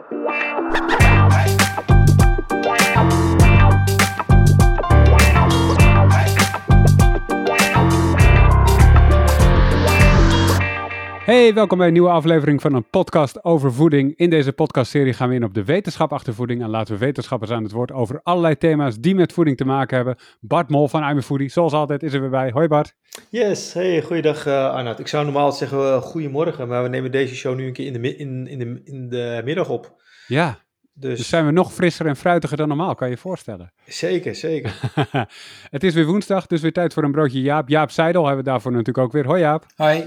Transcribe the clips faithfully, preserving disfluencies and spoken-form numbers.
Hey, welkom bij een nieuwe aflevering van een podcast over voeding. In deze podcastserie gaan we in op de wetenschap achter voeding en laten we wetenschappers aan het woord over allerlei thema's die met voeding te maken hebben. Bart Mol van I'm a Foodie, zoals altijd, is er weer bij. Hoi Bart. Yes, hey, goeiedag uh, Arnoud. Ik zou normaal zeggen uh, goedemorgen, maar we nemen deze show nu een keer in de, mi- in, in de, in de middag op. Ja, Dus, dus zijn we nog frisser en fruitiger dan normaal, kan je je voorstellen. Zeker, zeker. Het is weer woensdag, dus weer tijd voor een broodje Jaap. Jaap Seidel hebben we daarvoor natuurlijk ook weer. Hoi Jaap. Hoi.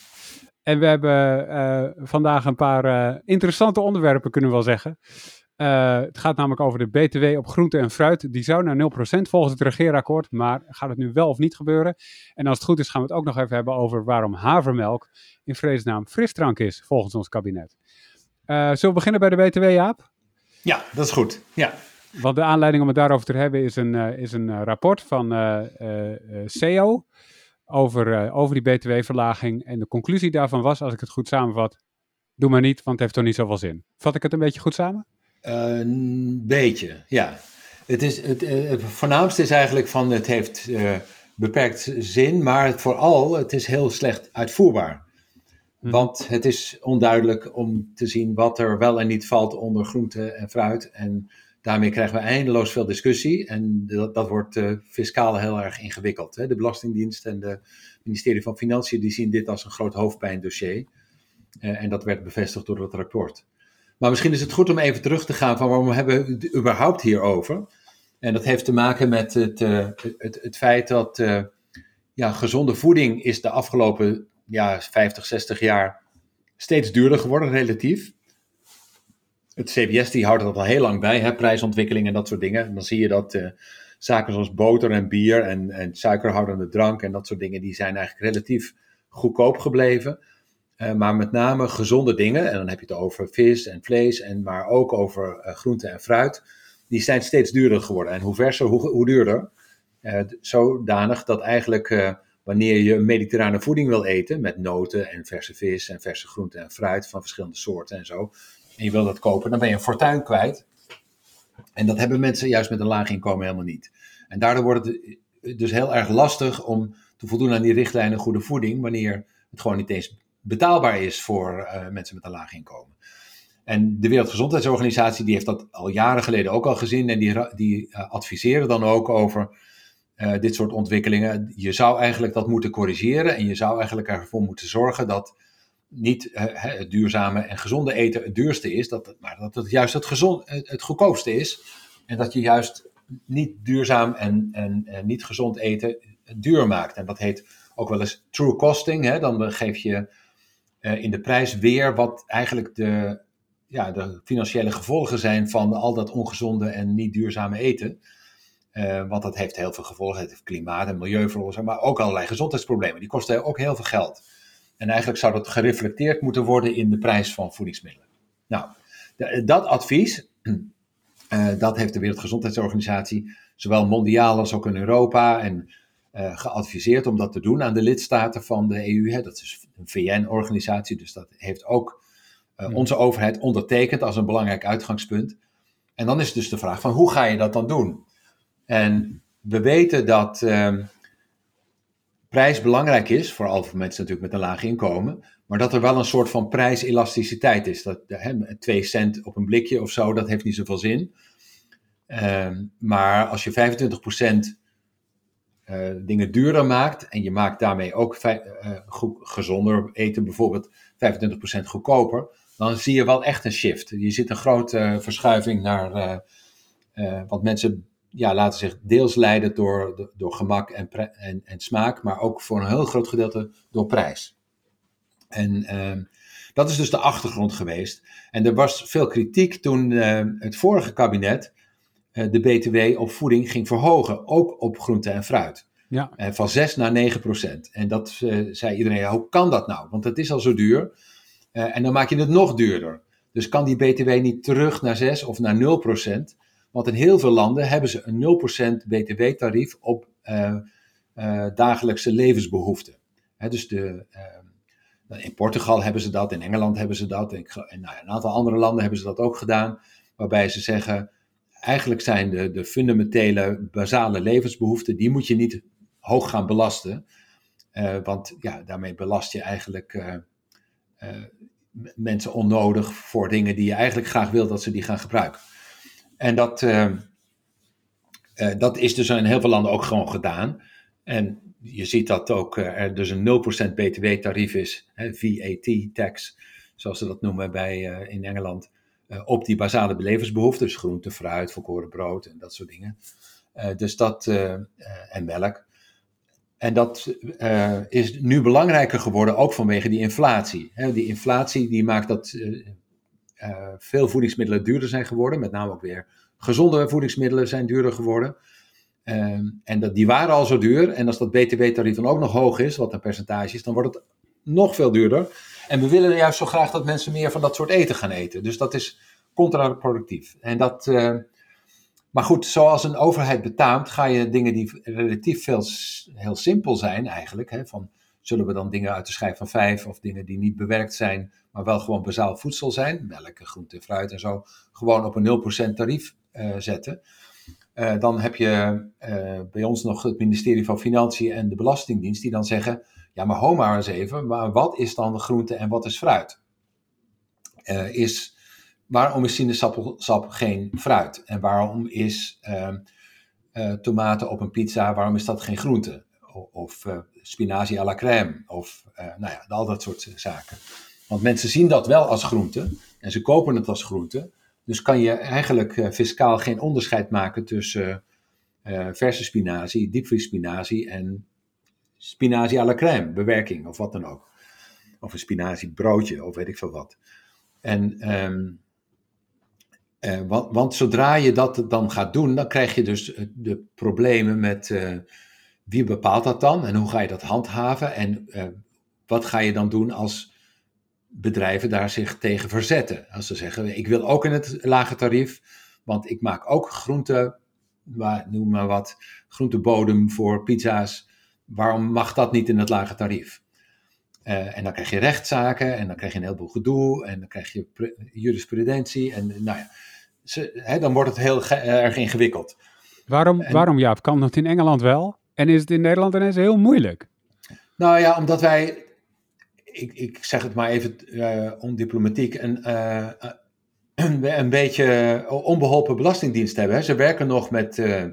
En we hebben uh, vandaag een paar uh, interessante onderwerpen, kunnen we wel zeggen. Uh, het gaat namelijk over de B T W op groente en fruit. Die zou naar nul procent volgens het regeerakkoord, maar gaat het nu wel of niet gebeuren? En als het goed is gaan we het ook nog even hebben over waarom havermelk in vredesnaam frisdrank is, volgens ons kabinet. Uh, zullen we beginnen bij de B T W, Jaap? Ja, dat is goed. Ja. Want de aanleiding om het daarover te hebben is een, uh, is een uh, rapport van uh, uh, uh, C E O over, uh, over die B T W-verlaging. En de conclusie daarvan was, als ik het goed samenvat, doe maar niet, want het heeft toch niet zoveel zin. Vat ik het een beetje goed samen? Uh, een beetje, ja. Het, is, het, uh, het voornaamste is eigenlijk van het heeft uh, beperkt zin, maar het, vooral het is heel slecht uitvoerbaar. Hm. Want het is onduidelijk om te zien wat er wel en niet valt onder groente en fruit. En daarmee krijgen we eindeloos veel discussie. En dat, dat wordt uh, fiscaal heel erg ingewikkeld. Hè? De Belastingdienst en het ministerie van Financiën die zien dit als een groot hoofdpijndossier. Uh, en dat werd bevestigd door het rapport. Maar misschien is het goed om even terug te gaan van waarom hebben we het überhaupt hierover. En dat heeft te maken met het, uh, het, het feit dat uh, ja, gezonde voeding is de afgelopen ja, vijftig, zestig jaar steeds duurder geworden relatief. Het C B S die houdt dat al heel lang bij, hè, prijsontwikkeling en dat soort dingen. En dan zie je dat uh, zaken zoals boter en bier en, en suikerhoudende drank en dat soort dingen, die zijn eigenlijk relatief goedkoop gebleven. Uh, maar met name gezonde dingen, en dan heb je het over vis en vlees, en maar ook over uh, groente en fruit, die zijn steeds duurder geworden. En hoe verser, hoe, hoe duurder. Uh, zodanig dat eigenlijk uh, wanneer je mediterrane voeding wil eten, met noten en verse vis en verse groente en fruit van verschillende soorten en zo, en je wil dat kopen, dan ben je een fortuin kwijt. En dat hebben mensen juist met een laag inkomen helemaal niet. En daardoor wordt het dus heel erg lastig om te voldoen aan die richtlijnen goede voeding, wanneer het gewoon niet eens betaalbaar is voor uh, mensen met een laag inkomen. En de Wereldgezondheidsorganisatie die heeft dat al jaren geleden ook al gezien en die, die uh, adviseren dan ook over uh, dit soort ontwikkelingen. Je zou eigenlijk dat moeten corrigeren en je zou eigenlijk ervoor moeten zorgen dat niet uh, het duurzame en gezonde eten het duurste is, dat, maar dat het juist het, gezond, het, het goedkoopste is. En dat je juist niet duurzaam en, en, en niet gezond eten duur maakt. En dat heet ook wel eens true costing. Hè? Dan geef je uh, in de prijs weer wat eigenlijk de, ja, de financiële gevolgen zijn van al dat ongezonde en niet duurzame eten. Uh, want dat heeft heel veel gevolgen. Het heeft klimaat- en milieuveroorzaken, maar ook allerlei gezondheidsproblemen. Die kosten ook heel veel geld. En eigenlijk zou dat gereflecteerd moeten worden in de prijs van voedingsmiddelen. Nou, de, dat advies, uh, dat heeft de Wereldgezondheidsorganisatie zowel mondiaal als ook in Europa en uh, geadviseerd om dat te doen aan de lidstaten van de E U. Hè. Dat is een V N-organisatie, dus dat heeft ook uh, onze overheid ondertekend als een belangrijk uitgangspunt. En dan is dus de vraag van hoe ga je dat dan doen? En we weten dat Uh, prijs belangrijk is, vooral voor mensen natuurlijk met een laag inkomen, maar dat er wel een soort van prijselasticiteit is. Dat, hè, twee cent op een blikje of zo, dat heeft niet zoveel zin. Uh, maar als je vijfentwintig procent uh, dingen duurder maakt en je maakt daarmee ook vij- uh, goed, gezonder eten, bijvoorbeeld vijfentwintig procent goedkoper, dan zie je wel echt een shift. Je ziet een grote uh, verschuiving naar, uh, uh, want mensen ja, laten zich deels leiden door, door gemak en, pre- en, en smaak, maar ook voor een heel groot gedeelte door prijs. En uh, dat is dus de achtergrond geweest. En er was veel kritiek toen uh, het vorige kabinet uh, de B T W op voeding ging verhogen, ook op groente en fruit. Ja. Uh, van zes naar negen procent. En dat uh, zei iedereen, ja, hoe kan dat nou? Want het is al zo duur. Uh, en dan maak je het nog duurder. Dus kan die B T W niet terug naar zes of naar nul procent? Want in heel veel landen hebben ze een nul procent B T W-tarief op uh, uh, dagelijkse levensbehoeften. He, dus de, uh, In Portugal hebben ze dat, in Engeland hebben ze dat, in, in nou, een aantal andere landen hebben ze dat ook gedaan, waarbij ze zeggen, eigenlijk zijn de, de fundamentele, basale levensbehoeften, die moet je niet hoog gaan belasten, uh, want ja, daarmee belast je eigenlijk uh, uh, mensen onnodig voor dingen die je eigenlijk graag wil dat ze die gaan gebruiken. En dat, uh, uh, dat is dus in heel veel landen ook gewoon gedaan. En je ziet dat ook uh, er dus een nul procent B T W-tarief is, hè, V A T-tax, zoals ze dat noemen bij, uh, in Engeland, uh, op die basale levensbehoeften, dus groente, fruit, volkoren brood en dat soort dingen. Uh, dus dat, uh, uh, en melk. En dat uh, is nu belangrijker geworden, ook vanwege die inflatie. Hè, die inflatie die maakt dat uh, uh, veel voedingsmiddelen duurder zijn geworden, met name ook weer gezonde voedingsmiddelen zijn duurder geworden. Um, en dat, die waren al zo duur. En als dat B T W-tarief dan ook nog hoog is, wat een percentage is, dan wordt het nog veel duurder. En we willen juist zo graag dat mensen meer van dat soort eten gaan eten. Dus dat is contraproductief. En dat, uh, maar goed, zoals een overheid betaamt, ga je dingen die relatief veel, heel simpel zijn eigenlijk. Hè, van, zullen we dan dingen uit de schijf van vijf of dingen die niet bewerkt zijn, maar wel gewoon bazaal voedsel zijn, melk, groente, fruit en zo, gewoon op een nul procent tarief uh, zetten. Uh, dan heb je uh, bij ons nog het ministerie van Financiën en de Belastingdienst die dan zeggen, ja maar ho maar eens even, maar wat is dan groente en wat is fruit? Uh, is, waarom is sinaasappelsap geen fruit? En waarom is uh, uh, tomaten op een pizza, waarom is dat geen groente? O, of uh, spinazie à la crème, of uh, nou ja, al dat soort zaken. Want mensen zien dat wel als groente en ze kopen het als groente. Dus kan je eigenlijk uh, fiscaal geen onderscheid maken tussen uh, uh, verse spinazie, diepvriesspinazie en spinazie à la crème, bewerking of wat dan ook. Of een spinaziebroodje of weet ik veel wat. En, um, uh, want, want zodra je dat dan gaat doen, dan krijg je dus de problemen met uh, wie bepaalt dat dan en hoe ga je dat handhaven en uh, wat ga je dan doen als bedrijven daar zich tegen verzetten. Als ze zeggen, ik wil ook in het lage tarief, want ik maak ook groente, noem maar wat, groentebodem voor pizza's. Waarom mag dat niet in het lage tarief? Uh, en dan krijg je rechtszaken en dan krijg je een heleboel gedoe en dan krijg je pre- jurisprudentie en nou ja, ze, hè, dan wordt het heel ge- erg ingewikkeld. Waarom, en, waarom Jaap, kan dat in Engeland wel en is het in Nederland ineens heel moeilijk? Nou ja, omdat wij... Ik, ik zeg het maar even uh, ondiplomatiek, een, uh, een, een beetje onbeholpen belastingdienst hebben. Hè. Ze werken nog met uh,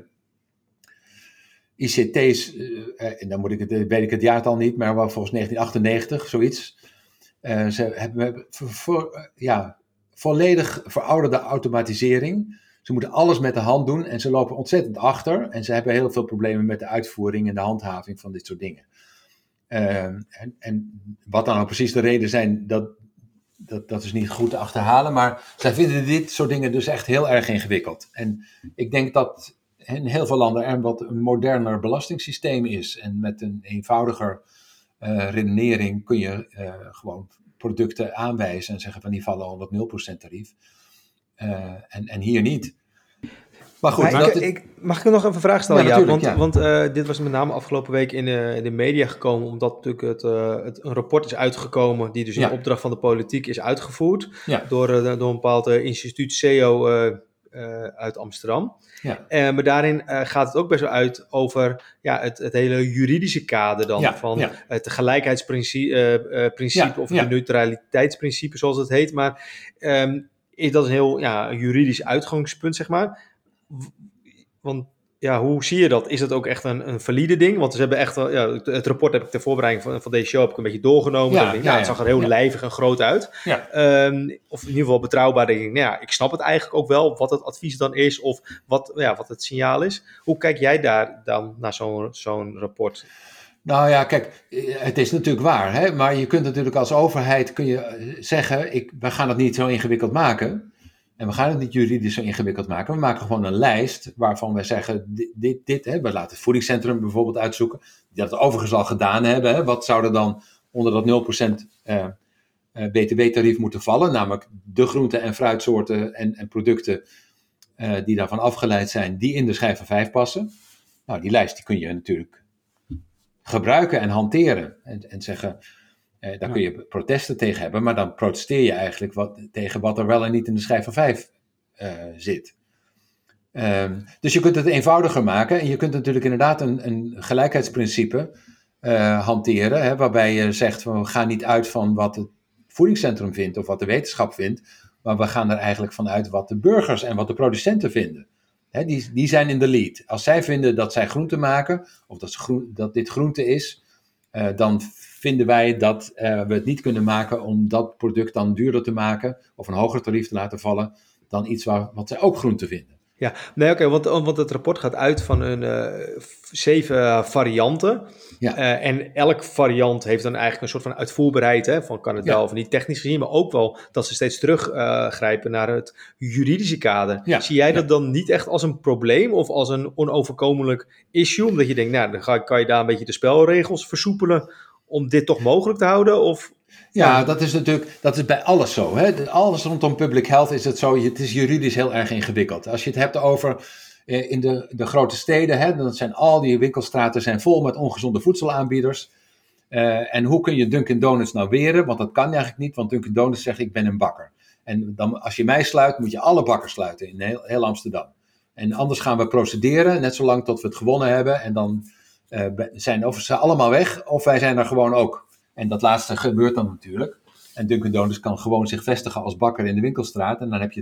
I C T's, uh, en dan moet ik het, weet ik het jaartal niet, maar volgens negentien achtennegentig, zoiets. Uh, ze hebben voor, voor, ja, volledig verouderde automatisering. Ze moeten alles met de hand doen en ze lopen ontzettend achter. En ze hebben heel veel problemen met de uitvoering en de handhaving van dit soort dingen. Uh, en, en wat dan nou precies de reden zijn, dat, dat, dat is niet goed te achterhalen. Maar zij vinden dit soort dingen dus echt heel erg ingewikkeld. En ik denk dat in heel veel landen er wat een moderner belastingssysteem is. En met een eenvoudiger uh, redenering kun je uh, gewoon producten aanwijzen en zeggen van die vallen onder het nul procent tarief. Uh, en, en hier niet. Maar goed, maar ik, het... ik, mag ik nog even een vraag stellen? Ja, ja, want ja. want uh, dit was met name afgelopen week in de, in de media gekomen, omdat natuurlijk het, uh, het, een rapport is uitgekomen die dus in ja. opdracht van de politiek is uitgevoerd ja. door, uh, door een bepaald uh, instituut C E O uh, uh, uit Amsterdam. Ja. Uh, maar daarin uh, gaat het ook best wel uit over ja, het, het hele juridische kader dan ja. van ja. het gelijkheidsprincipe uh, uh, principe, ja. of ja. het neutraliteitsprincipe zoals het heet. Maar um, is dat een heel ja, juridisch uitgangspunt, zeg maar. Want ja, hoe zie je dat? Is dat ook echt een, een valide ding? Want ze hebben echt, ja, het, het rapport heb ik ter voorbereiding van, van deze show heb ik een beetje doorgenomen. Ja, denk, ja, ja, het zag er heel ja. lijvig en groot uit. Ja. Um, of in ieder geval betrouwbaar. Denk ik, nou ja, ik snap het eigenlijk ook wel wat het advies dan is of wat, ja, wat het signaal is. Hoe kijk jij daar dan naar zo'n, zo'n rapport? Nou ja, kijk, het is natuurlijk waar, hè? Maar je kunt natuurlijk als overheid kun je zeggen, ik, we gaan het niet zo ingewikkeld maken. En we gaan het niet juridisch zo ingewikkeld maken. We maken gewoon een lijst waarvan we zeggen, dit, dit, dit hè, we laten het voedingscentrum bijvoorbeeld uitzoeken, die dat overigens al gedaan hebben. Hè. Wat zou er dan onder dat nul procent uh, uh, B T W-tarief moeten vallen? Namelijk de groenten en fruitsoorten en, en producten uh, die daarvan afgeleid zijn, die in de schijf van vijf passen. Nou, die lijst die kun je natuurlijk gebruiken en hanteren. En, en zeggen, Uh, daar kun je protesten tegen hebben, maar dan protesteer je eigenlijk wat, tegen wat er wel en niet in de schijf van vijf uh, zit. Um, dus je kunt het eenvoudiger maken en je kunt natuurlijk inderdaad een, een gelijkheidsprincipe uh, hanteren, hè, waarbij je zegt van we gaan niet uit van wat het voedingscentrum vindt of wat de wetenschap vindt, maar we gaan er eigenlijk vanuit wat de burgers en wat de producenten vinden. Hè, die, die zijn in de lead. Als zij vinden dat zij groente maken of dat, ze groen, dat dit groente is, uh, dan vinden wij dat uh, we het niet kunnen maken om dat product dan duurder te maken of een hoger tarief te laten vallen dan iets waar, wat zij ook groente vinden. Ja, nee, oké, okay, want, want het rapport gaat uit van een uh, zeven varianten. Ja. Uh, en elk variant heeft dan eigenlijk een soort van uitvoerbaarheid, hè, van kan het ja. wel of niet technisch gezien, maar ook wel dat ze steeds teruggrijpen uh, naar het juridische kader. Ja. Zie jij dat ja. dan niet echt als een probleem of als een onoverkomelijk issue? Omdat je denkt, nou, dan ga, kan je daar een beetje de spelregels versoepelen om dit toch mogelijk te houden? Of... Ja, dat is natuurlijk, dat is bij alles zo. Hè? Alles rondom public health is het zo, het is juridisch heel erg ingewikkeld. Als je het hebt over eh, in de, de grote steden, hè, dan zijn al die winkelstraten zijn vol met ongezonde voedselaanbieders. Uh, en hoe kun je Dunkin' Donuts nou weren? Want dat kan eigenlijk niet, want Dunkin' Donuts zegt ik ben een bakker. En dan, als je mij sluit, moet je alle bakkers sluiten in heel, heel Amsterdam. En anders gaan we procederen, net zolang tot we het gewonnen hebben. En dan uh, zijn of ze allemaal weg, of wij zijn er gewoon ook. En dat laatste gebeurt dan natuurlijk. En Dunkin' Donuts kan gewoon zich vestigen als bakker in de winkelstraat. En dan heb je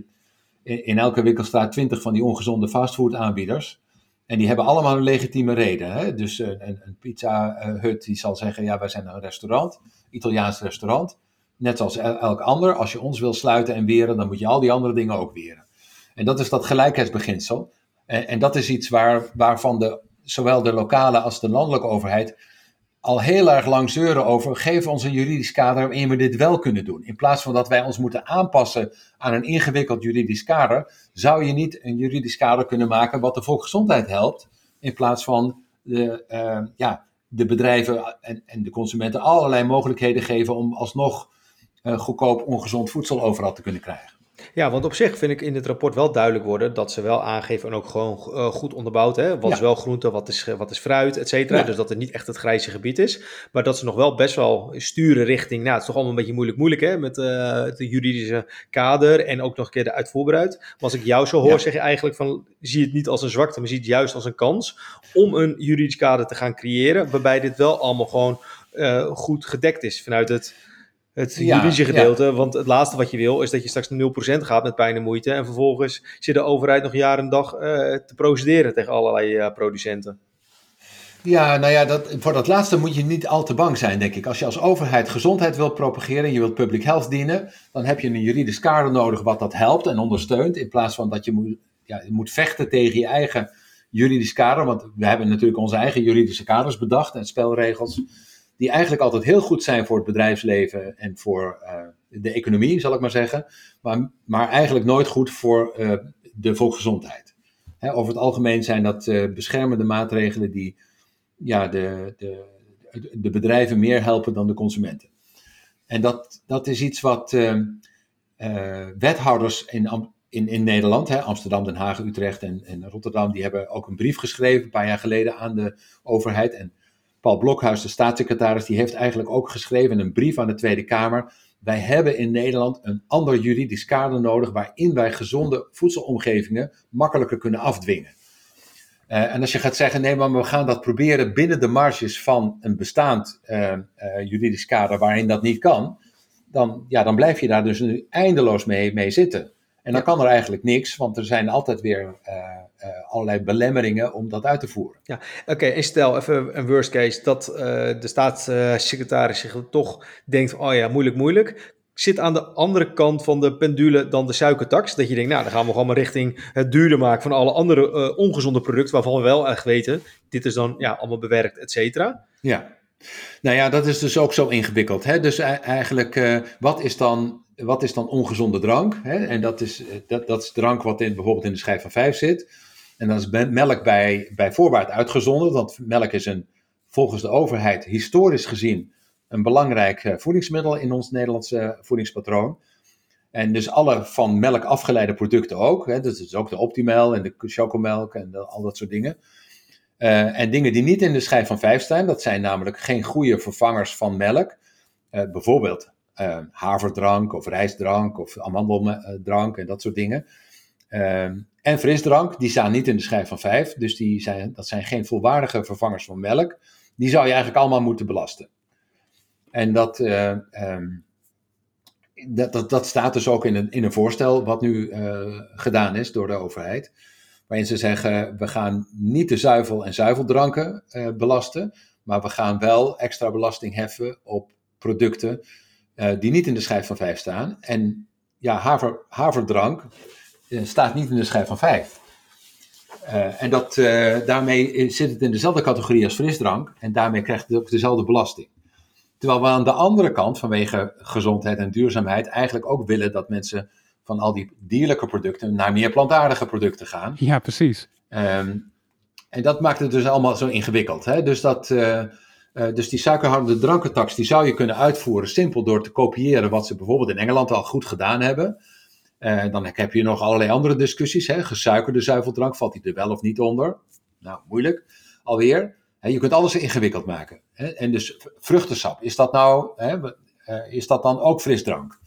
in elke winkelstraat twintig van die ongezonde fastfood aanbieders. En die hebben allemaal een legitieme reden. Hè? Dus een, een pizza hut die zal zeggen, ja, wij zijn een restaurant. Italiaans restaurant. Net zoals elk ander. Als je ons wil sluiten en weren, dan moet je al die andere dingen ook weren. En dat is dat gelijkheidsbeginsel. En, en dat is iets waar, waarvan de, zowel de lokale als de landelijke overheid al heel erg lang zeuren over, geef ons een juridisch kader waarin we dit wel kunnen doen. In plaats van dat wij ons moeten aanpassen aan een ingewikkeld juridisch kader, zou je niet een juridisch kader kunnen maken wat de volksgezondheid helpt, in plaats van de, uh, ja, de bedrijven en, en de consumenten allerlei mogelijkheden geven om alsnog uh, goedkoop ongezond voedsel overal te kunnen krijgen. Ja, want op zich vind ik in het rapport wel duidelijk worden dat ze wel aangeven en ook gewoon uh, goed onderbouwd, hè? Wat ja. is wel groente, wat is, wat is fruit, et cetera. Ja. Dus dat het niet echt het grijze gebied is, maar dat ze nog wel best wel sturen richting, nou het is toch allemaal een beetje moeilijk moeilijk hè, met uh, het juridische kader en ook nog een keer de uitvoerbaarheid. Maar als ik jou zo hoor, ja. zeg je eigenlijk van, zie het niet als een zwakte, maar zie het juist als een kans om een juridisch kader te gaan creëren, waarbij dit wel allemaal gewoon uh, goed gedekt is vanuit het Het juridische ja, gedeelte, ja. want het laatste wat je wil is dat je straks naar nul procent gaat met pijn en moeite en vervolgens zit de overheid nog jaar en dag uh, te procederen tegen allerlei uh, producenten. Ja, nou ja, dat, voor dat laatste moet je niet al te bang zijn, denk ik. Als je als overheid gezondheid wilt propageren en je wilt public health dienen, dan heb je een juridisch kader nodig wat dat helpt en ondersteunt, in plaats van dat je moet, ja, je moet vechten tegen je eigen juridisch kader, want we hebben natuurlijk onze eigen juridische kaders bedacht en spelregels, die eigenlijk altijd heel goed zijn voor het bedrijfsleven en voor uh, de economie, zal ik maar zeggen. Maar, maar eigenlijk nooit goed voor uh, de volksgezondheid. Hè, over het algemeen zijn dat uh, beschermende maatregelen die ja, de, de, de bedrijven meer helpen dan de consumenten. En dat, dat is iets wat uh, uh, wethouders in, in, in Nederland, hè, Amsterdam, Den Haag, Utrecht en, en Rotterdam, die hebben ook een brief geschreven een paar jaar geleden aan de overheid. En Paul Blokhuis, de staatssecretaris, die heeft eigenlijk ook geschreven een brief aan de Tweede Kamer. Wij hebben in Nederland een ander juridisch kader nodig waarin wij gezonde voedselomgevingen makkelijker kunnen afdwingen. Uh, en als je gaat zeggen, nee, maar we gaan dat proberen binnen de marges van een bestaand uh, uh, juridisch kader waarin dat niet kan, dan, ja, dan blijf je daar dus nu eindeloos mee, mee zitten. En dan kan er eigenlijk niks, want er zijn altijd weer uh, uh, allerlei belemmeringen om dat uit te voeren. Ja, oké, okay, en stel even een worst case dat uh, de staatssecretaris zich toch denkt, oh ja, moeilijk, moeilijk. Zit aan de andere kant van de pendule dan de suikertax. Dat je denkt, nou, dan gaan we gewoon maar richting het duurder maken van alle andere uh, ongezonde producten, waarvan we wel echt weten, dit is dan ja, allemaal bewerkt, et cetera. Ja, nou ja, dat is dus ook zo ingewikkeld. Hè? Dus eigenlijk, uh, wat is dan... Wat is dan ongezonde drank? Hè? En dat is, dat, dat is drank wat in, bijvoorbeeld in de schijf van vijf zit. En dan is melk bij, bij voorbaat uitgezonderd. Want melk is een, volgens de overheid historisch gezien een belangrijk voedingsmiddel in ons Nederlandse voedingspatroon. En dus alle van melk afgeleide producten ook. Hè? Dus het is ook de Optimal en de chocomelk en de, al dat soort dingen. Uh, en dingen die niet in de schijf van vijf staan, dat zijn namelijk geen goede vervangers van melk. Uh, bijvoorbeeld uh, haverdrank of rijstdrank of amandeldrank en dat soort dingen. Uh, en frisdrank, die staan niet in de schijf van vijf. Dus die zijn, dat zijn geen volwaardige vervangers van melk. Die zou je eigenlijk allemaal moeten belasten. En dat, uh, um, dat, dat, dat staat dus ook in een, in een voorstel wat nu uh, gedaan is door de overheid. Waarin ze zeggen, we gaan niet de zuivel- en zuiveldranken uh, belasten. Maar we gaan wel extra belasting heffen op producten uh, die niet in de schijf van vijf staan. En ja, haver, haverdrank uh, staat niet in de schijf van vijf. Uh, en dat, uh, daarmee zit het in dezelfde categorie als frisdrank. En daarmee krijgt het ook dezelfde belasting. Terwijl we aan de andere kant, vanwege gezondheid en duurzaamheid, eigenlijk ook willen dat mensen van al die dierlijke producten naar meer plantaardige producten gaan. Ja, precies. Um, en dat maakt het dus allemaal zo ingewikkeld. Hè? Dus, dat, uh, uh, dus die suikerhoudende drankentax, die zou je kunnen uitvoeren simpel door te kopiëren wat ze bijvoorbeeld in Engeland al goed gedaan hebben. Uh, dan heb je nog allerlei andere discussies. Hè? Gesuikerde zuiveldrank, valt die er wel of niet onder? Nou, moeilijk. Alweer. Hè, je kunt alles ingewikkeld maken. Hè? En dus vruchtensap, is dat nou, hè, uh, is dat dan ook frisdrank?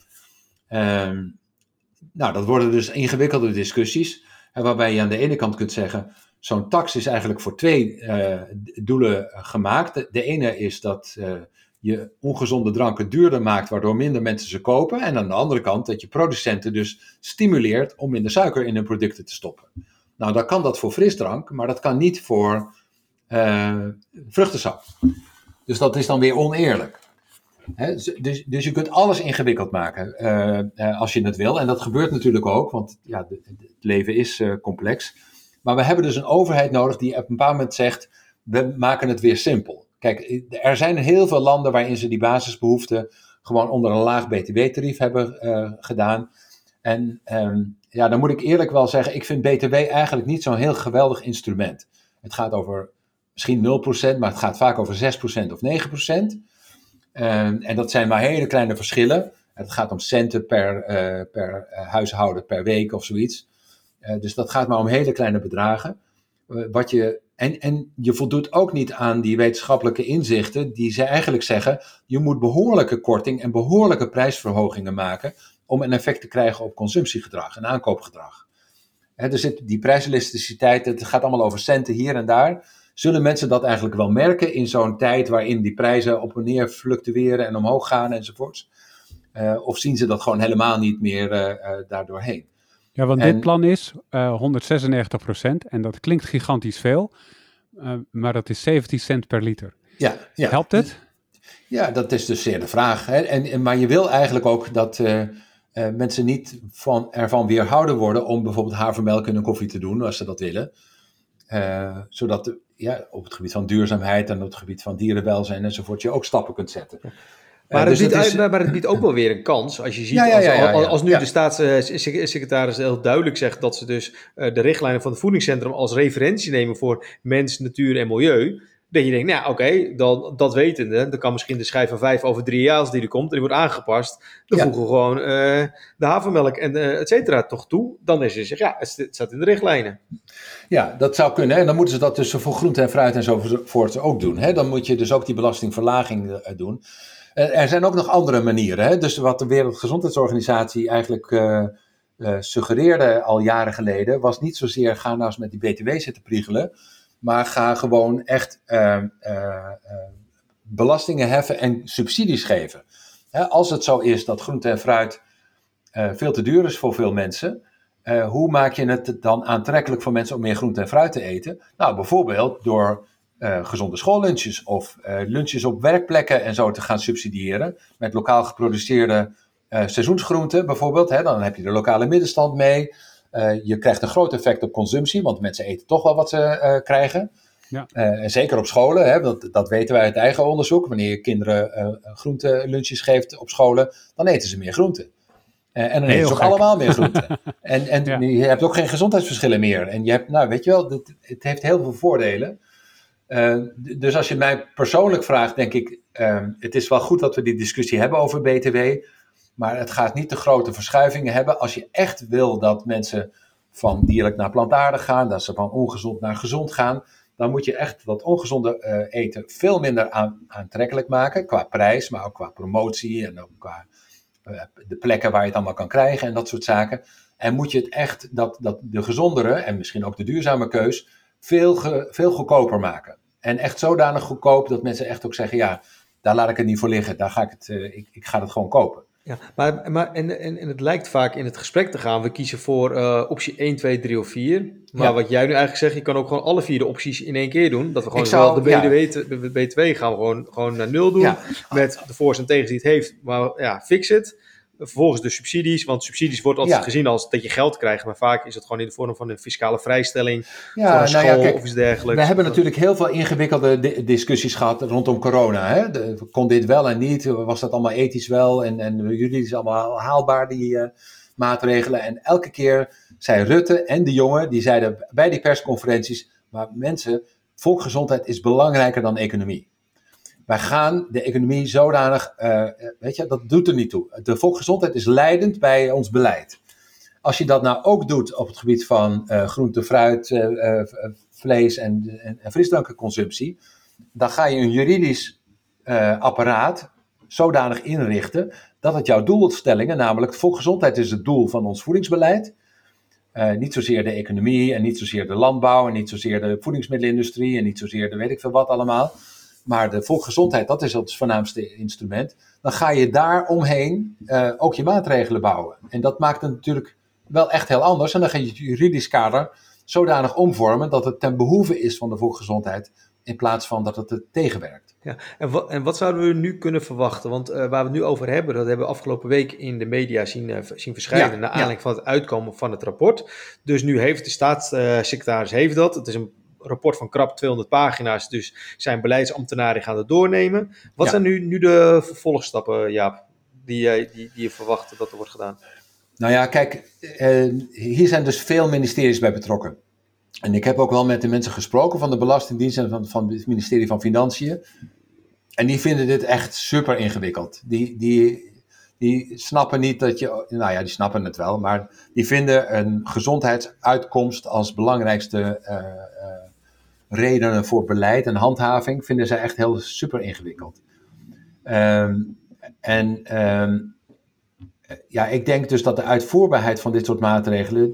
Um, nou, dat worden dus ingewikkelde discussies. Hè, waarbij je aan de ene kant kunt zeggen, zo'n tax is eigenlijk voor twee uh, doelen gemaakt. De, de ene is dat uh, je ongezonde dranken duurder maakt, waardoor minder mensen ze kopen. En aan de andere kant dat je producenten dus stimuleert om minder suiker in hun producten te stoppen. Nou, dan kan dat voor frisdrank, maar dat kan niet voor uh, vruchtensap. Dus dat is dan weer oneerlijk. He, dus, dus je kunt alles ingewikkeld maken uh, uh, als je het wil. En dat gebeurt natuurlijk ook, want ja, de, de, het leven is uh, complex. Maar we hebben dus een overheid nodig die op een bepaald moment zegt, we maken het weer simpel. Kijk, er zijn heel veel landen waarin ze die basisbehoeften gewoon onder een laag B T W-tarief hebben uh, gedaan. En um, ja, dan moet ik eerlijk wel zeggen, ik vind B T W eigenlijk niet zo'n heel geweldig instrument. Het gaat over misschien nul procent, maar het gaat vaak over zes procent of negen procent. Um, en dat zijn maar hele kleine verschillen. Het gaat om centen per, uh, per huishouden per week of zoiets. Uh, dus dat gaat maar om hele kleine bedragen. Uh, wat je, en, en je voldoet ook niet aan die wetenschappelijke inzichten die ze eigenlijk zeggen, je moet behoorlijke korting en behoorlijke prijsverhogingen maken om een effect te krijgen op consumptiegedrag en aankoopgedrag. He, er zit die prijselasticiteit, het gaat allemaal over centen hier en daar. Zullen mensen dat eigenlijk wel merken in zo'n tijd waarin die prijzen op en neer fluctueren en omhoog gaan enzovoorts? Uh, of zien ze dat gewoon helemaal niet meer uh, uh, daardoorheen? Ja, want en, dit plan is uh, honderdzesennegentig procent en dat klinkt gigantisch veel, uh, maar dat is zeventien cent per liter. Ja, ja. Helpt het? Ja, dat is dus zeer de vraag. Hè? En, en, maar je wil eigenlijk ook dat uh, uh, mensen niet van, ervan weerhouden worden om bijvoorbeeld havermelk in hun koffie te doen, als ze dat willen. Uh, zodat de, ja, op het gebied van duurzaamheid en op het gebied van dierenwelzijn enzovoort je ook stappen kunt zetten. Maar, uh, dus het biedt, is, maar het biedt ook wel weer een kans. Als je ziet, ja, ja, ja, ja, ja. Als, als nu ja. de staatssecretaris heel duidelijk zegt dat ze dus uh, de richtlijnen van het voedingscentrum als referentie nemen voor mens, natuur en milieu. Dat je denkt, nou oké, okay, dan dat wetende, dan kan misschien de schijf van vijf over drie jaar als die er komt en die wordt aangepast. Dan ja. voegen we gewoon uh, de havermelk en uh, et cetera toch toe. Dan is het, ja, het staat in de richtlijnen. Ja, dat zou kunnen. En dan moeten ze dat dus voor groente en fruit enzovoort ook doen. Hè? Dan moet je dus ook die belastingverlaging uh, doen. Uh, er zijn ook nog andere manieren. Hè? Dus wat de Wereldgezondheidsorganisatie eigenlijk uh, uh, suggereerde al jaren geleden, was niet zozeer ga nou eens met die B T W zitten priegelen, maar ga gewoon echt uh, uh, uh, belastingen heffen en subsidies geven. Hè, als het zo is dat groente en fruit uh, veel te duur is voor veel mensen, uh, hoe maak je het dan aantrekkelijk voor mensen om meer groente en fruit te eten? Nou, bijvoorbeeld door uh, gezonde schoollunches of uh, lunches op werkplekken en zo te gaan subsidiëren met lokaal geproduceerde uh, seizoensgroenten bijvoorbeeld. Hè, dan heb je de lokale middenstand mee. Uh, je krijgt een groot effect op consumptie, want mensen eten toch wel wat ze uh, krijgen. Ja. Uh, en zeker op scholen, hè, dat, dat weten wij uit eigen onderzoek. Wanneer je kinderen uh, groentelunches geeft op scholen, dan eten ze meer groenten. Uh, en dan eten ze ook allemaal meer groenten. en en ja. je hebt ook geen gezondheidsverschillen meer. En je hebt, nou weet je wel, het, het heeft heel veel voordelen. Uh, d- dus als je mij persoonlijk vraagt, denk ik, uh, het is wel goed dat we die discussie hebben over B T W. Maar het gaat niet te grote verschuivingen hebben. Als je echt wil dat mensen van dierlijk naar plantaardig gaan, dat ze van ongezond naar gezond gaan, dan moet je echt dat ongezonde uh, eten veel minder aan, aantrekkelijk maken. Qua prijs, maar ook qua promotie en ook qua uh, de plekken waar je het allemaal kan krijgen en dat soort zaken. En moet je het echt, dat, dat de gezondere en misschien ook de duurzame keus, veel, ge, veel goedkoper maken. En echt zodanig goedkoop dat mensen echt ook zeggen, ja, daar laat ik het niet voor liggen. Daar ga ik het, uh, ik, ik ga het gewoon kopen. Ja, maar, maar en, en, en het lijkt vaak in het gesprek te gaan, we kiezen voor uh, optie één, twee, drie of vier. Maar ja. Wat jij nu eigenlijk zegt, je kan ook gewoon alle vier de opties in één keer doen. Dat we gewoon zou, de B D W, ja. B twee gaan we gewoon, gewoon naar nul doen. Ja. Met de voor's en tegens die het heeft, maar ja, fix het. Vervolgens de subsidies, want subsidies wordt altijd ja. gezien als dat je geld krijgt, maar vaak is het gewoon in de vorm van een fiscale vrijstelling ja, voor een school nou ja, kijk, of iets dergelijks. We hebben natuurlijk heel veel ingewikkelde di- discussies gehad rondom corona. Hè? De, kon dit wel en niet? Was dat allemaal ethisch wel en, en juridisch allemaal haalbaar, die uh, maatregelen? En elke keer zei Rutte en de jongen, die zeiden bij die persconferenties, maar mensen, volksgezondheid is belangrijker dan economie. Wij gaan de economie zodanig, uh, weet je, dat doet er niet toe. De volksgezondheid is leidend bij ons beleid. Als je dat nou ook doet op het gebied van uh, groente, fruit, uh, uh, vlees en, en, en frisdrankenconsumptie, dan ga je een juridisch uh, apparaat zodanig inrichten dat het jouw doelstellingen, namelijk volksgezondheid is het doel van ons voedingsbeleid, uh, niet zozeer de economie en niet zozeer de landbouw en niet zozeer de voedingsmiddelenindustrie en niet zozeer de weet ik veel wat allemaal, maar de volksgezondheid, dat is het voornaamste instrument, dan ga je daar omheen uh, ook je maatregelen bouwen. En dat maakt het natuurlijk wel echt heel anders. En dan ga je het juridisch kader zodanig omvormen dat het ten behoeve is van de volksgezondheid, in plaats van dat het het tegenwerkt. Ja, en, wat, en wat zouden we nu kunnen verwachten? Want uh, waar we het nu over hebben, dat hebben we afgelopen week in de media zien, uh, zien verschijnen, ja, naar aanleiding ja. van het uitkomen van het rapport. Dus nu heeft de staatssecretaris heeft dat. Het is een rapport van krap tweehonderd pagina's, dus zijn beleidsambtenaren gaan het doornemen. Wat ja. zijn nu, nu de vervolgstappen, Jaap, die, die, die je verwacht dat er wordt gedaan? Nou ja, kijk, uh, hier zijn dus veel ministeries bij betrokken. En ik heb ook wel met de mensen gesproken van de Belastingdienst en van, van het ministerie van Financiën. En die vinden dit echt super ingewikkeld. Die, die, die snappen niet dat je, nou ja, die snappen het wel, maar die vinden een gezondheidsuitkomst als belangrijkste uh, uh, redenen voor beleid en handhaving, vinden ze echt heel super ingewikkeld. Um, en um, ja, ik denk dus dat de uitvoerbaarheid van dit soort maatregelen,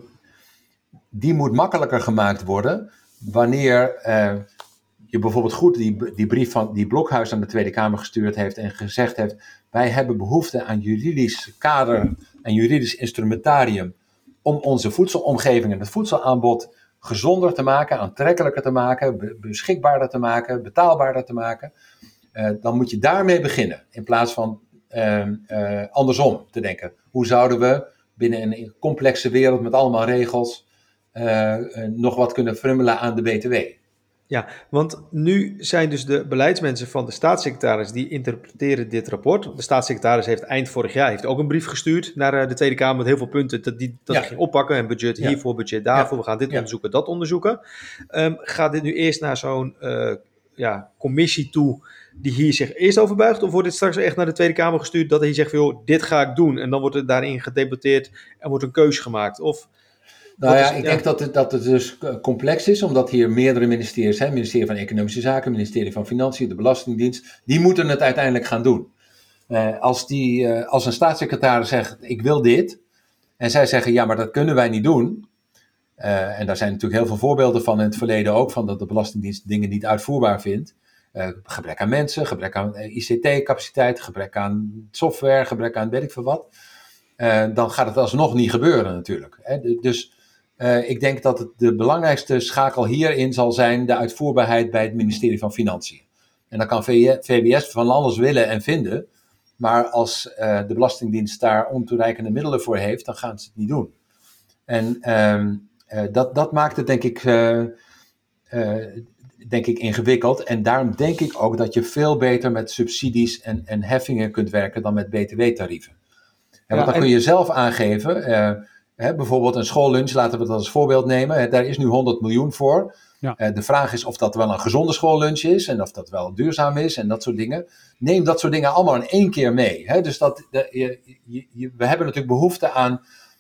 die moet makkelijker gemaakt worden wanneer uh, je bijvoorbeeld goed die, die brief van die Blokhuis aan de Tweede Kamer gestuurd heeft en gezegd heeft, wij hebben behoefte aan juridisch kader en juridisch instrumentarium om onze voedselomgeving en het voedselaanbod gezonder te maken, aantrekkelijker te maken, be- beschikbaarder te maken, betaalbaarder te maken. Uh, dan moet je daarmee beginnen, in plaats van uh, uh, andersom te denken. Hoe zouden we binnen een complexe wereld met allemaal regels uh, uh, nog wat kunnen frummelen aan de B T W? Ja, want nu zijn dus de beleidsmensen van de staatssecretaris die interpreteren dit rapport. De staatssecretaris heeft eind vorig jaar heeft ook een brief gestuurd naar de Tweede Kamer met heel veel punten dat die dat ja. ging oppakken. En budget ja. hiervoor, budget daarvoor. Ja. We gaan dit ja. onderzoeken, dat onderzoeken. Um, gaat dit nu eerst naar zo'n uh, ja, commissie toe die hier zich eerst over buigt? Of wordt dit straks echt naar de Tweede Kamer gestuurd dat hij zegt van, joh, dit ga ik doen. En dan wordt het daarin gedebatteerd en wordt een keuze gemaakt. Of... Nou ja, ik denk dat het, dat het dus complex is, omdat hier meerdere ministeries zijn. Het ministerie van Economische Zaken, het ministerie van Financiën, de Belastingdienst. Die moeten het uiteindelijk gaan doen. Uh, als, die, uh, als een staatssecretaris zegt, ik wil dit. En zij zeggen, ja, maar dat kunnen wij niet doen. Uh, en daar zijn natuurlijk heel veel voorbeelden van in het verleden ook. Van dat de Belastingdienst dingen niet uitvoerbaar vindt. Uh, gebrek aan mensen, gebrek aan I C T-capaciteit, gebrek aan software, gebrek aan weet ik veel wat. Uh, dan gaat het alsnog niet gebeuren natuurlijk. Hè? Dus... Uh, ik denk dat het de belangrijkste schakel hierin zal zijn de uitvoerbaarheid bij het ministerie van Financiën. En dan kan V W S van alles willen en vinden, maar als uh, de Belastingdienst daar ontoereikende middelen voor heeft, dan gaan ze het niet doen. En uh, uh, dat, dat maakt het denk ik, uh, uh, denk ik ingewikkeld. En daarom denk ik ook dat je veel beter met subsidies en, en heffingen kunt werken dan met B T W-tarieven. En ja, want dan en... kun je zelf aangeven... Uh, He, bijvoorbeeld een schoollunch, laten we dat als voorbeeld nemen. He, daar is nu honderd miljoen voor. Ja. Uh, de vraag is of dat wel een gezonde schoollunch is en of dat wel duurzaam is en dat soort dingen. Neem dat soort dingen allemaal in één keer mee. He, dus dat, de, je, je, we hebben natuurlijk behoefte aan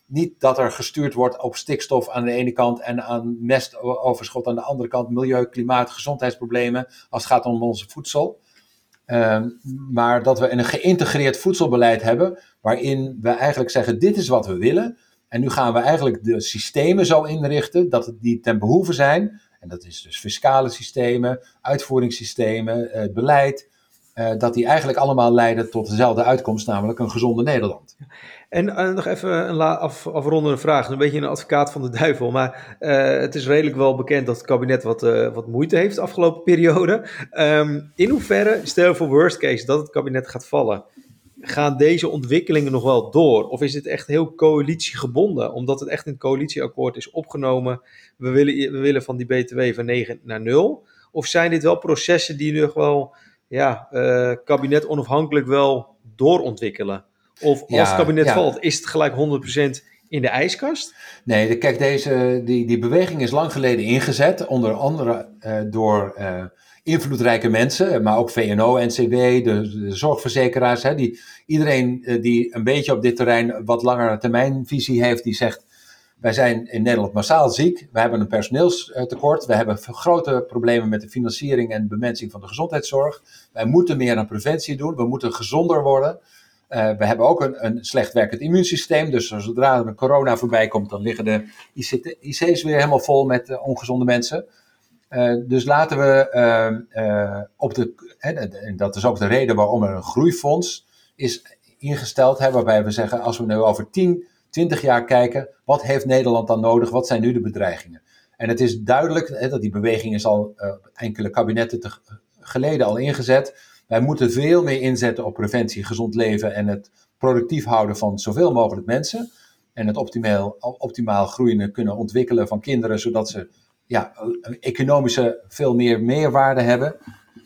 Niet dat er gestuurd wordt op stikstof aan de ene kant en aan mestoverschot aan de andere kant, milieu, klimaat, gezondheidsproblemen als het gaat om onze voedsel. Uh, maar dat we een geïntegreerd voedselbeleid hebben waarin we eigenlijk zeggen dit is wat we willen. En nu gaan we eigenlijk de systemen zo inrichten dat het die ten behoeve zijn. En dat is dus fiscale systemen, uitvoeringssystemen, uh, beleid. Uh, dat die eigenlijk allemaal leiden tot dezelfde uitkomst, namelijk een gezonde Nederland. En uh, nog even een la- af, afrondende vraag. Een beetje een advocaat van de duivel. Maar uh, het is redelijk wel bekend dat het kabinet wat, uh, wat moeite heeft de afgelopen periode. Um, in hoeverre, stel voor worst case dat het kabinet gaat vallen, gaan deze ontwikkelingen nog wel door? Of is het echt heel coalitiegebonden? Omdat het echt in het coalitieakkoord is opgenomen. We willen, we willen van die B T W van negen naar nul. Of zijn dit wel processen die nog wel ja, uh, kabinet onafhankelijk wel doorontwikkelen? Of als ja, het kabinet ja. valt, is het gelijk honderd procent in de ijskast? Nee, de, kijk, deze, die, die beweging is lang geleden ingezet. Onder andere uh, door uh, invloedrijke mensen, maar ook V N O, N C W, de, de zorgverzekeraars. Hè, die, iedereen uh, die een beetje op dit terrein wat langere termijn visie heeft, die zegt, wij zijn in Nederland massaal ziek. We hebben een personeelstekort. We hebben grote problemen met de financiering en bemensing van de gezondheidszorg. Wij moeten meer aan preventie doen. We moeten gezonder worden. Uh, we hebben ook een, een slecht werkend immuunsysteem. Dus zodra er een corona voorbij komt, dan liggen de I C's weer helemaal vol met uh, ongezonde mensen. Uh, dus laten we uh, uh, op de... Hè, en dat is ook de reden waarom er een groeifonds is ingesteld. Hè, waarbij we zeggen, als we nu over tien, twintig jaar kijken, wat heeft Nederland dan nodig? Wat zijn nu de bedreigingen? En het is duidelijk, hè, dat die beweging is al uh, enkele kabinetten te, geleden al ingezet. Wij moeten veel meer inzetten op preventie, gezond leven en het productief houden van zoveel mogelijk mensen. En het optimaal, optimaal groeien kunnen ontwikkelen van kinderen, zodat ze ja, economische veel meer meerwaarde hebben.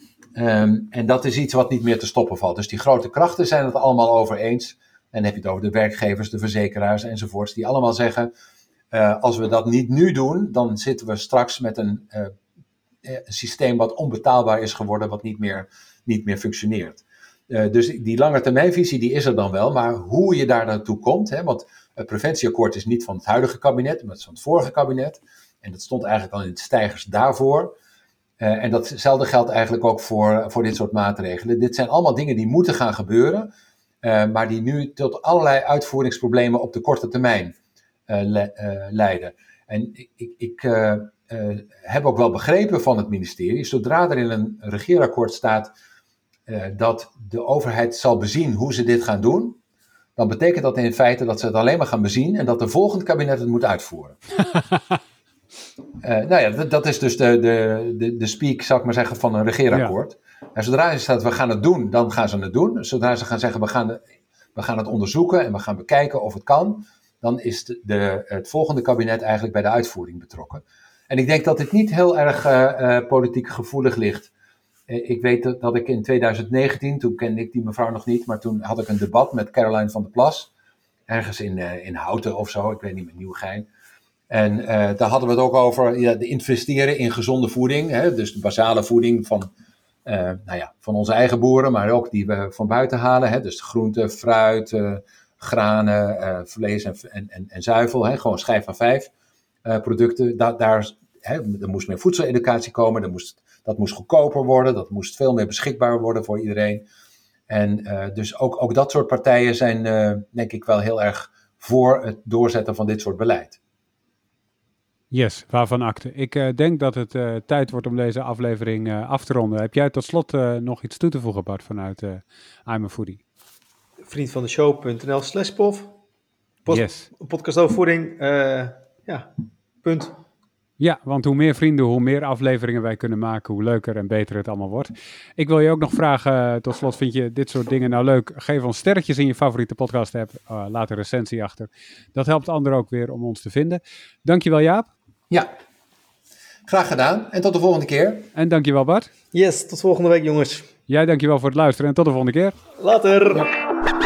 Um, en dat is iets wat niet meer te stoppen valt. Dus die grote krachten zijn het allemaal over eens. En dan heb je het over de werkgevers, de verzekeraars enzovoorts, die allemaal zeggen, uh, als we dat niet nu doen, dan zitten we straks met een, uh, een systeem wat onbetaalbaar is geworden, wat niet meer... niet meer functioneert. Uh, dus die langetermijnvisie die is er dan wel, maar hoe je daar naartoe komt, hè, want het preventieakkoord is niet van het huidige kabinet, maar het is van het vorige kabinet. En dat stond eigenlijk al in het stijgers daarvoor. Uh, en datzelfde geldt eigenlijk ook voor, voor dit soort maatregelen. Dit zijn allemaal dingen die moeten gaan gebeuren, uh, maar die nu tot allerlei uitvoeringsproblemen op de korte termijn uh, le- uh, leiden. En ik, ik, ik uh, uh, heb ook wel begrepen van het ministerie, zodra er in een regeerakkoord staat uh, dat de overheid zal bezien hoe ze dit gaan doen, dan betekent dat in feite dat ze het alleen maar gaan bezien en dat de volgende kabinet het moet uitvoeren. uh, nou ja, dat, dat is dus de, de, de, de speak, zou ik maar zeggen, van een regeerakkoord. Ja. En zodra er staat, we gaan het doen, dan gaan ze het doen. Zodra ze gaan zeggen, we gaan, we gaan het onderzoeken en we gaan bekijken of het kan, dan is de, de, het volgende kabinet eigenlijk bij de uitvoering betrokken. En ik denk dat dit niet heel erg uh, uh, politiek gevoelig ligt. Uh, ik weet dat, dat ik in twintig negentien, toen kende ik die mevrouw nog niet, maar toen had ik een debat met Caroline van der Plas, ergens in, uh, in Houten of zo, ik weet niet meer, Nieuwegein. En uh, daar hadden we het ook over ja, de investeren in gezonde voeding, hè, dus de basale voeding van, uh, nou ja, van onze eigen boeren, maar ook die we van buiten halen, hè, dus groente, fruit, uh, granen, uh, vlees en, en, en, en zuivel, hè, gewoon schijf van vijf uh, producten. Da- daar, hè, er moest meer voedseleducatie komen, er moest, dat moest goedkoper worden, dat moest veel meer beschikbaar worden voor iedereen. En uh, dus ook, ook dat soort partijen zijn, uh, denk ik, wel heel erg voor het doorzetten van dit soort beleid. Yes, waarvan akte. Ik uh, denk dat het uh, tijd wordt om deze aflevering uh, af te ronden. Heb jij tot slot uh, nog iets toe te voegen, Bart, vanuit uh, I'm a Foodie? Vriendvandeshow.nl slash pof. Pod- yes. Podcast over voeding. Uh, ja, punt. Ja, want hoe meer vrienden, hoe meer afleveringen wij kunnen maken, hoe leuker en beter het allemaal wordt. Ik wil je ook nog vragen, uh, tot slot, vind je dit soort dingen nou leuk? Geef ons sterretjes in je favoriete podcast app. Uh, laat een recensie achter. Dat helpt anderen ook weer om ons te vinden. Dankjewel, Jaap. Ja, graag gedaan en tot de volgende keer. En dankjewel, Bart. Yes, tot volgende week, jongens. Jij dankjewel voor het luisteren en tot de volgende keer. Later. Ja.